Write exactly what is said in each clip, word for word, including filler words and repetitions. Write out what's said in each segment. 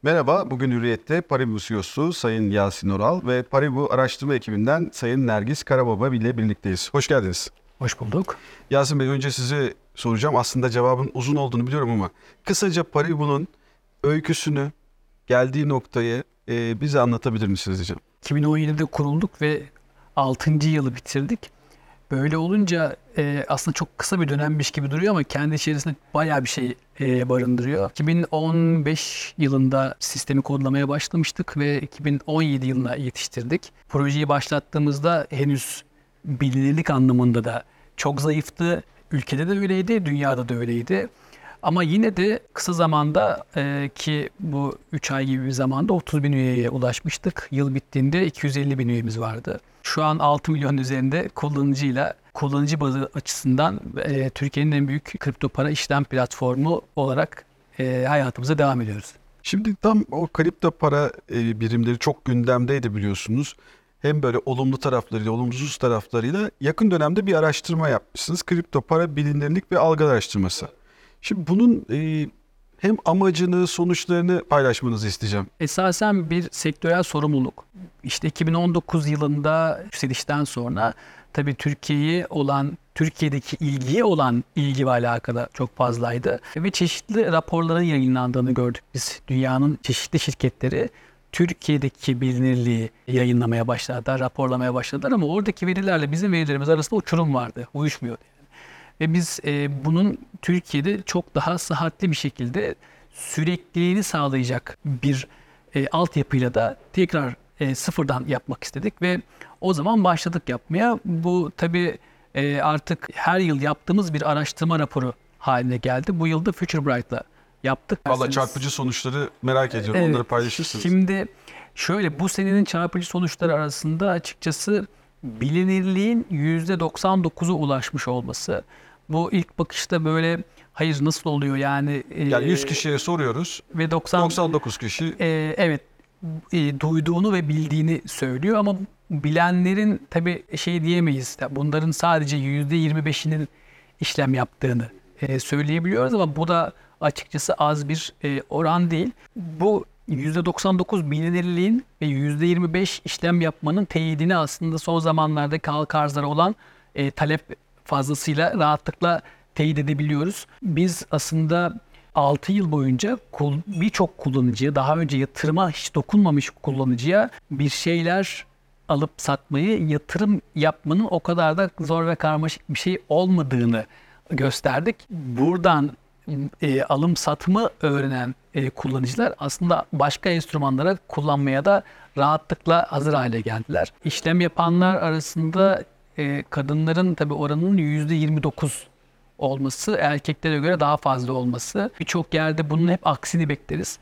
Merhaba, bugün Hürriyet'te Paribu C E O'su Sayın Yasin Oral ve Paribu araştırma ekibinden Sayın Nergis Karababa ile birlikteyiz. Hoş geldiniz. Hoş bulduk. Yasin Bey, önce size soracağım. Aslında cevabın uzun olduğunu biliyorum ama kısaca Paribu'nun öyküsünü, geldiği noktayı e, bize anlatabilir misiniz hocam? iki bin on yedide kurulduk ve altıncı yılı bitirdik. Böyle olunca e, aslında çok kısa bir dönemmiş gibi duruyor ama kendi içerisinde bayağı bir şey e, barındırıyor. iki bin on beş yılında sistemi kodlamaya başlamıştık ve iki bin on yedi yılına yetiştirdik. Projeyi başlattığımızda henüz bilinirlik anlamında da çok zayıftı. Ülkede de öyleydi, dünyada da öyleydi. Ama yine de kısa zamanda e, ki bu üç ay gibi bir zamanda otuz bin üyeye ulaşmıştık. Yıl bittiğinde iki yüz elli bin üyemiz vardı. Şu an altı milyon üzerinde kullanıcıyla kullanıcı bazı açısından e, Türkiye'nin en büyük kripto para işlem platformu olarak e, hayatımıza devam ediyoruz. Şimdi tam o kripto para e, birimleri çok gündemdeydi biliyorsunuz. Hem böyle olumlu taraflarıyla, olumsuz taraflarıyla yakın dönemde bir araştırma yapmışsınız. Kripto para bilinirlik ve algı araştırması. Şimdi bunun e, hem amacını, sonuçlarını paylaşmanızı isteyeceğim. Esasen bir sektörel sorumluluk. İşte iki bin on dokuz yılında yükselişten sonra tabii Türkiye'ye olan, Türkiye'deki ilgiye olan ilgi ve alaka çok fazlaydı. Ve çeşitli raporların yayınlandığını gördük biz. Dünyanın çeşitli şirketleri Türkiye'deki bilinirliği yayınlamaya başladılar, raporlamaya başladılar ama oradaki verilerle bizim verilerimiz arasında uçurum vardı, uyuşmuyordu. Ve biz e, bunun Türkiye'de çok daha sıhhatli bir şekilde sürekliliğini sağlayacak bir e, altyapıyla da tekrar e, sıfırdan yapmak istedik ve o zaman başladık yapmaya. Bu tabii e, artık her yıl yaptığımız bir araştırma raporu haline geldi. Bu yıl da Future Bright'la yaptık. Valla çarpıcı sonuçları merak ediyorum. Evet, Onları paylaşırsınız. Şimdi şöyle, bu senenin çarpıcı sonuçları arasında açıkçası bilinirliğin yüzde doksan dokuza ulaşmış olması. Bu ilk bakışta böyle hayır nasıl oluyor yani? Yani yüz e, kişiye soruyoruz. ve doksan doksan dokuz kişi e, evet e, duyduğunu ve bildiğini söylüyor ama bilenlerin tabii şey diyemeyiz. Bunların sadece yüzde yirmi beşinin işlem yaptığını e, söyleyebiliyoruz ama bu da açıkçası az bir e, oran değil. Bu yüzde doksan dokuz bilinirliğin ve yüzde yirmi beş işlem yapmanın teyidini aslında son zamanlardaki halka arzlara olan e, talep fazlasıyla rahatlıkla teyit edebiliyoruz. Biz aslında altı yıl boyunca birçok kullanıcıya, daha önce yatırıma hiç dokunmamış kullanıcıya bir şeyler alıp satmayı, yatırım yapmanın o kadar da zor ve karmaşık bir şey olmadığını gösterdik. Buradan e, alım satımı öğrenen e, kullanıcılar aslında başka enstrümanlara kullanmaya da rahatlıkla hazır hale geldiler. İşlem yapanlar arasında e, kadınların tabii oranının yüzde yirmi dokuz olması, erkeklere göre daha fazla olması. Birçok yerde bunun hep aksini bekleriz.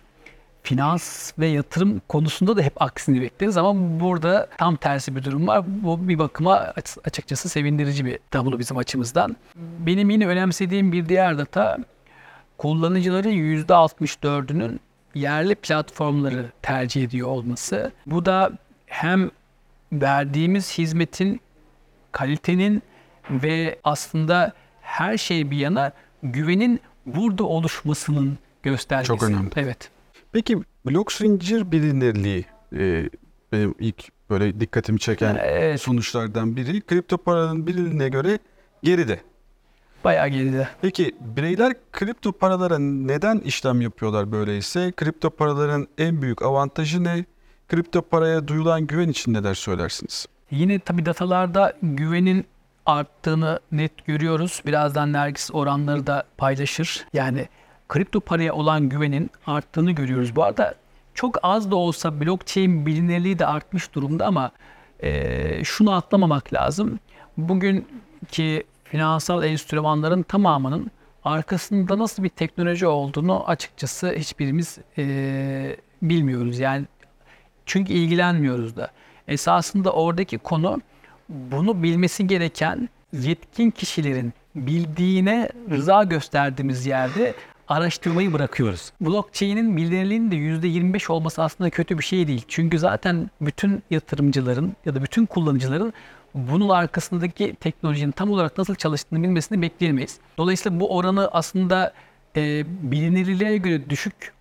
Finans ve yatırım konusunda da hep aksini bekleriz ama burada tam tersi bir durum var. Bu bir bakıma açıkçası sevindirici bir tablo bizim açımızdan. Benim yine önemsediğim bir diğer data, kullanıcıların yüzde altmış dördünün yerli platformları tercih ediyor olması. Bu da hem verdiğimiz hizmetin, kalitenin ve aslında her şey bir yana güvenin burada oluşmasının göstergesi. Çok önemli. Evet. Peki blok zincir bilinirliği e, benim ilk böyle dikkatimi çeken Evet. sonuçlardan biri. Kripto paranın bilinirliğine göre geride. Bayağı geride. Peki bireyler kripto paralara neden işlem yapıyorlar böyleyse? Kripto paraların en büyük avantajı ne? Kripto paraya duyulan güven için neler söylersiniz? Yine tabii datalarda güvenin arttığını net görüyoruz. Birazdan Nergis oranları da paylaşır. Yani kripto paraya olan güvenin arttığını görüyoruz. Bu arada çok az da olsa blockchain bilinirliği de artmış durumda ama e, şunu atlamamak lazım. Bugünkü finansal enstrümanların tamamının arkasında nasıl bir teknoloji olduğunu açıkçası hiçbirimiz e, bilmiyoruz. Yani çünkü ilgilenmiyoruz da. Esasında oradaki konu bunu bilmesi gereken yetkin kişilerin bildiğine rıza gösterdiğimiz yerde araştırmayı bırakıyoruz. Blockchain'in bilinirliğinin de yüzde yirmi beş olması aslında kötü bir şey değil. Çünkü zaten bütün yatırımcıların ya da bütün kullanıcıların bunun arkasındaki teknolojinin tam olarak nasıl çalıştığını bilmesini bekleyemeyiz. Dolayısıyla bu oranı aslında e, bilinirliğe göre düşük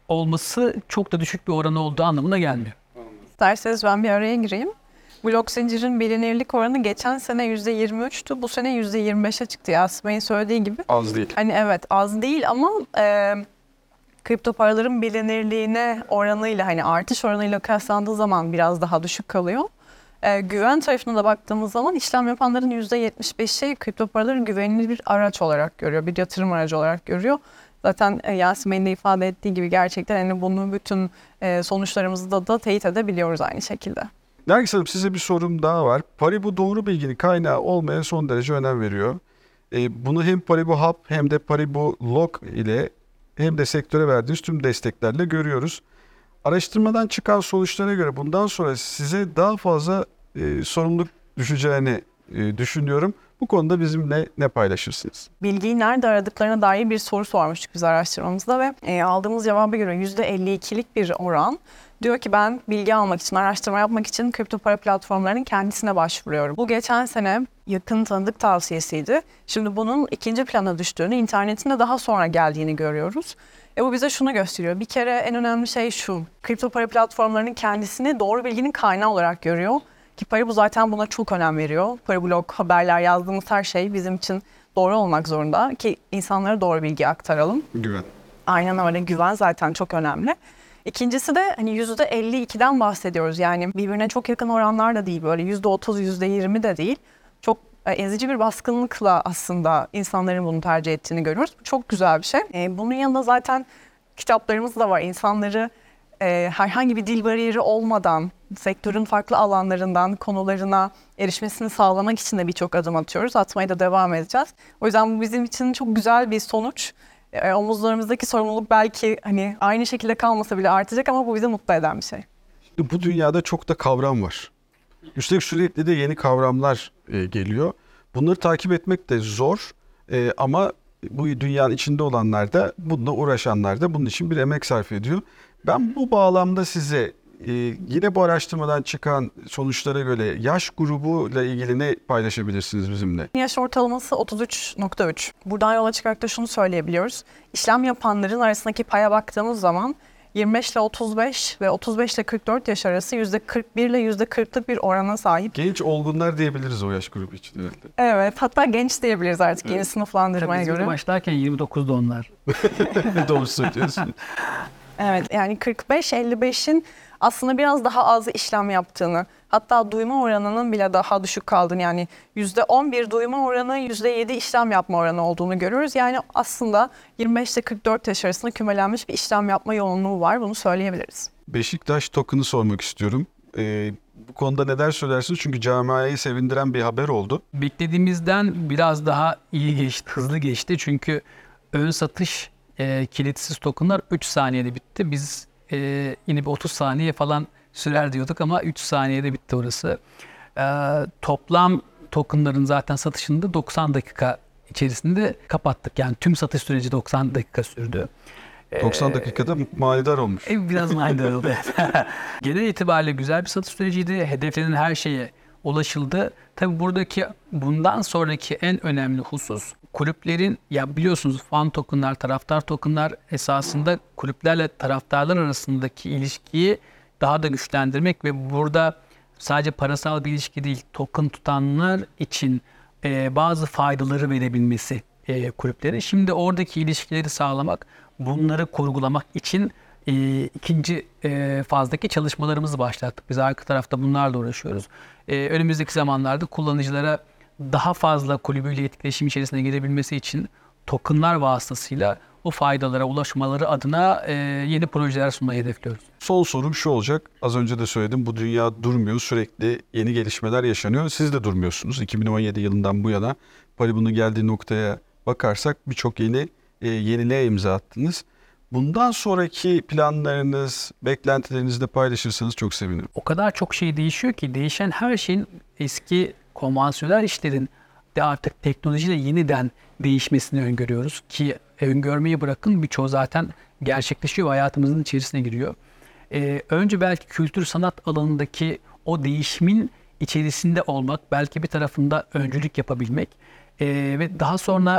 olması çok da düşük bir oranı olduğu anlamına gelmiyor. İsterseniz ben bir araya gireyim. Blok zincirin bilinirlik oranı geçen sene yüzde yirmi üçtü. Bu sene yüzde yirmi beşe çıktı Yasemin'in söylediği gibi. Az değil. Hani evet az değil ama e, kripto paraların bilinirliğine oranıyla hani artış oranıyla kıyaslandığı zaman biraz daha düşük kalıyor. E, güven tarafına da baktığımız zaman işlem yapanların yüzde yetmiş beşi kripto paraları güvenilir bir araç olarak görüyor. Bir yatırım aracı olarak görüyor. Zaten e, Yasemin'in de ifade ettiği gibi gerçekten hani bunun bütün e, sonuçlarımızı da teyit edebiliyoruz aynı şekilde. Nergis Hanım, size bir sorum daha var. Paribu doğru bilginin kaynağı olmaya son derece önem veriyor. E, bunu hem Paribu Hub hem de Paribu Lock ile hem de sektöre verdiğiniz tüm desteklerle görüyoruz. Araştırmadan çıkan sonuçlara göre bundan sonra size daha fazla e, sorumluluk düşeceğini e, düşünüyorum. Bu konuda bizimle ne paylaşırsınız? Bilgiyi nerede aradıklarına dair bir soru sormuştuk biz araştırmamızda ve e, aldığımız cevaba göre yüzde elli ikilik bir oran diyor ki ben bilgi almak için, araştırma yapmak için kripto para platformlarının kendisine başvuruyorum. Bu geçen sene yakın tanıdık tavsiyesiydi. Şimdi bunun ikinci plana düştüğünü, internetinde daha sonra geldiğini görüyoruz. E bu bize şunu gösteriyor. Bir kere en önemli şey şu. Kripto para platformlarının kendisini doğru bilginin kaynağı olarak görüyor. Ki Paribu zaten buna çok önem veriyor. Paribu.log haberler yazdığımız her şey bizim için doğru olmak zorunda ki insanlara doğru bilgi aktaralım. Güven. Aynen öyle. Güven zaten çok önemli. İkincisi de hani yüzde elli ikiden bahsediyoruz. Yani birbirine çok yakın oranlar da değil, böyle yüzde otuz, yüzde yirmi de değil. Çok e, ezici bir baskınlıkla aslında insanların bunu tercih ettiğini görüyoruz. Bu çok güzel bir şey. E, bunun yanında zaten kitaplarımız da var. İnsanları e, herhangi bir dil bariyeri olmadan sektörün farklı alanlarından konularına erişmesini sağlamak için de birçok adım atıyoruz. Atmaya da devam edeceğiz. O yüzden bu bizim için çok güzel bir sonuç. E, omuzlarımızdaki sorumluluk belki hani aynı şekilde kalmasa bile artacak ama bu bizi mutlu eden bir şey. Şimdi bu dünyada çok da kavram var. Üstelik sürekli de yeni kavramlar e, geliyor. Bunları takip etmek de zor e, ama bu dünyanın içinde olanlar da, bununla uğraşanlar da bunun için bir emek sarf ediyor. Ben bu bağlamda size e, yine bu araştırmadan çıkan sonuçlara göre yaş grubuyla ilgili ne paylaşabilirsiniz bizimle? Yaş ortalaması otuz üç nokta üç. Buradan yola çıkarak da şunu söyleyebiliyoruz. İşlem yapanların arasındaki paya baktığımız zaman yirmi beş ile otuz beş ve otuz beş ile kırk dört yaş arası yüzde kırk bir ile yüzde kırklık bir orana sahip. Genç olgunlar diyebiliriz o yaş grubu için herhalde. Evet, hatta genç diyebiliriz artık yeni Evet. sınıflandırmaya Biz göre. başlarken yirmi dokuzda onlar. Doğru söylüyorsun. Evet, yani kırk beş elli beşin aslında biraz daha az işlem yaptığını, hatta duyma oranının bile daha düşük kaldığını, yani yüzde on bir duyma oranı, yüzde yedi işlem yapma oranı olduğunu görüyoruz. Yani aslında yirmi beş ile kırk dört yaş arasında kümelenmiş bir işlem yapma yoğunluğu var, bunu söyleyebiliriz. Beşiktaş token'ı sormak istiyorum. Ee, bu konuda neler söylersiniz? Çünkü camiayı sevindiren bir haber oldu. Beklediğimizden biraz daha iyi geçti, hızlı geçti. Çünkü ön satış e, kilitsiz tokenlar üç saniyede bitti. Biz e, yine bir otuz saniye falan sürer diyorduk ama üç saniyede bitti orası. E, toplam tokenların zaten satışını da doksan dakika içerisinde kapattık. Yani tüm satış süreci doksan dakika sürdü. doksan dakikada manidar olmuş. E, biraz manidar oldu. Genel itibariyle güzel bir satış süreciydi. Hedeflenen her şeye ulaşıldı. Tabii buradaki bundan sonraki en önemli husus kulüplerin, ya biliyorsunuz fan tokenlar, taraftar tokenlar esasında kulüplerle taraftarlar arasındaki ilişkiyi daha da güçlendirmek ve burada sadece parasal bir ilişki değil, token tutanlar için e, bazı faydaları verebilmesi e, kulüpleri. Şimdi oradaki ilişkileri sağlamak, bunları kurgulamak için e, ikinci e, fazdaki çalışmalarımızı başlattık. Biz arka tarafta bunlarla uğraşıyoruz. E, önümüzdeki zamanlarda kullanıcılara daha fazla kulübüyle etkileşim içerisine girebilmesi için tokenlar vasıtasıyla o faydalara ulaşmaları adına e, yeni projeler sunmayı hedefliyoruz. Son sorum şu olacak. Az önce de söyledim, bu dünya durmuyor. Sürekli yeni gelişmeler yaşanıyor. Siz de durmuyorsunuz. iki bin on yedi yılından bu yana Paribu'nun geldiği noktaya bakarsak birçok yeni e, yeniliğe imza attınız. Bundan sonraki planlarınız, beklentilerinizi de paylaşırsanız çok sevinirim. O kadar çok şey değişiyor ki değişen her şeyin eski konvansiyonel işlerin de artık teknolojiyle yeniden değişmesini öngörüyoruz ki öngörmeyi bırakın birçoğu zaten gerçekleşiyor ve hayatımızın içerisine giriyor. Ee, önce belki kültür sanat alanındaki o değişimin içerisinde olmak, belki bir tarafında öncülük yapabilmek ee, ve daha sonra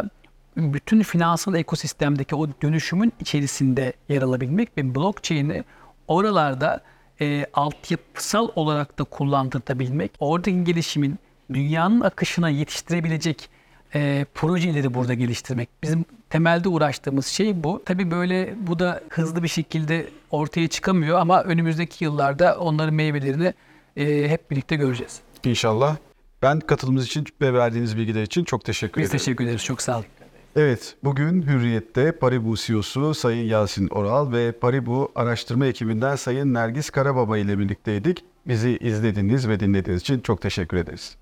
bütün finansal ekosistemdeki o dönüşümün içerisinde yer alabilmek ve blockchain'i oralarda e, altyapısal olarak da kullandırtabilmek, oradaki gelişimin dünyanın akışına yetiştirebilecek e, projeleri burada geliştirmek. Bizim temelde uğraştığımız şey bu. Tabii böyle bu da hızlı bir şekilde ortaya çıkamıyor ama önümüzdeki yıllarda onların meyvelerini e, hep birlikte göreceğiz. İnşallah. Ben katılımınız için ve verdiğiniz bilgiler için çok teşekkür Biz ederim. teşekkür ederiz. Çok sağ olun. Evet, bugün Hürriyet'te Paribu C E O'su Sayın Yasin Oral ve Paribu araştırma ekibinden Sayın Nergis Karababa ile birlikteydik. Bizi izlediğiniz ve dinlediğiniz için çok teşekkür ederiz.